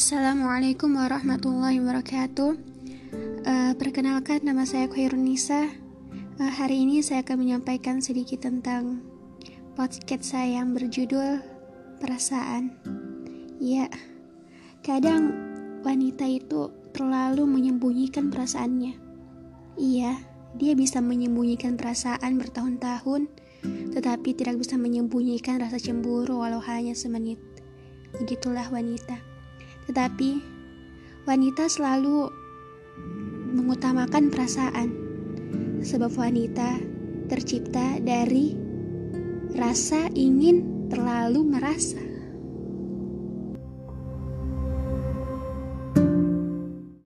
Assalamualaikum warahmatullahi wabarakatuh. Perkenalkan, nama saya Khairunisa. Hari ini saya akan menyampaikan sedikit tentang podcast saya yang berjudul Perasaan. Ya, kadang wanita itu terlalu menyembunyikan perasaannya. Iya, dia bisa menyembunyikan perasaan bertahun-tahun, tetapi tidak bisa menyembunyikan rasa cemburu walau hanya semenit. Begitulah wanita. Tetapi wanita selalu mengutamakan perasaan, sebab wanita tercipta dari rasa ingin terlalu merasa.